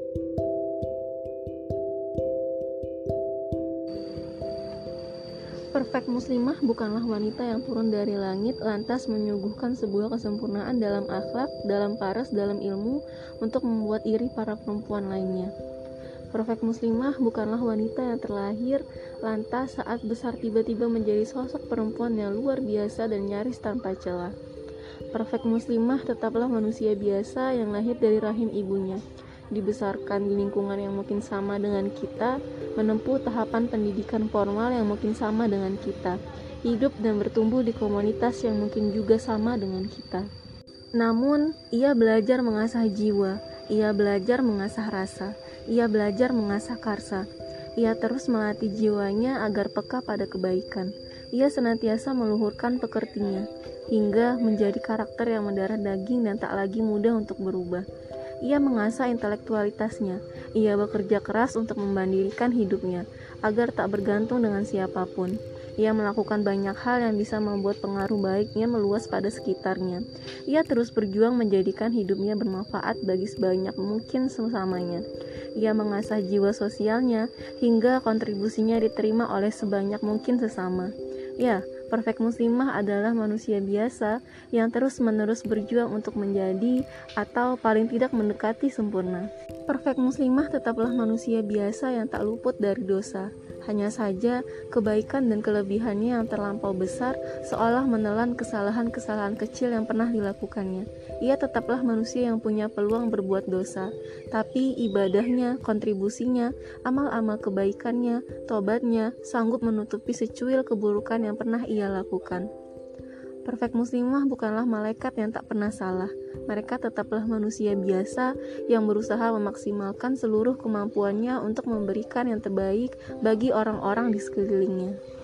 Perfect muslimah bukanlah wanita yang turun dari langit lantas menyuguhkan sebuah kesempurnaan dalam akhlak, dalam paras, dalam ilmu untuk membuat iri para perempuan lainnya. Perfect muslimah bukanlah wanita yang terlahir lantas saat besar tiba-tiba menjadi sosok perempuan yang luar biasa dan nyaris tanpa celah. Perfect muslimah tetaplah manusia biasa yang lahir dari rahim ibunya, dibesarkan di lingkungan yang mungkin sama dengan kita, menempuh tahapan pendidikan formal yang mungkin sama dengan kita, hidup dan bertumbuh di komunitas yang mungkin juga sama dengan kita. Namun, ia belajar mengasah jiwa, ia belajar mengasah rasa, ia belajar mengasah karsa. Ia terus melatih jiwanya agar peka pada kebaikan. Ia senantiasa meluhurkan pekertinya, hingga menjadi karakter yang mendarah daging dan tak lagi mudah untuk berubah. Ia mengasah intelektualitasnya. Ia bekerja keras untuk membandirikan hidupnya, agar tak bergantung dengan siapapun. Ia melakukan banyak hal yang bisa membuat pengaruh baiknya meluas pada sekitarnya. Ia terus berjuang menjadikan hidupnya bermanfaat bagi sebanyak mungkin sesamanya. Ia mengasah jiwa sosialnya, hingga kontribusinya diterima oleh sebanyak mungkin sesama. Ya, perfect muslimah adalah manusia biasa yang terus-menerus berjuang untuk menjadi atau paling tidak mendekati sempurna. Perfect muslimah tetaplah manusia biasa yang tak luput dari dosa. Hanya saja, kebaikan dan kelebihannya yang terlampau besar seolah menelan kesalahan-kesalahan kecil yang pernah dilakukannya. Ia tetaplah manusia yang punya peluang berbuat dosa, tapi ibadahnya, kontribusinya, amal-amal kebaikannya, tobatnya, sanggup menutupi secuil keburukan yang pernah ia lakukan. Perfect muslimah bukanlah malaikat yang tak pernah salah. Mereka tetaplah manusia biasa yang berusaha memaksimalkan seluruh kemampuannya untuk memberikan yang terbaik bagi orang-orang di sekelilingnya.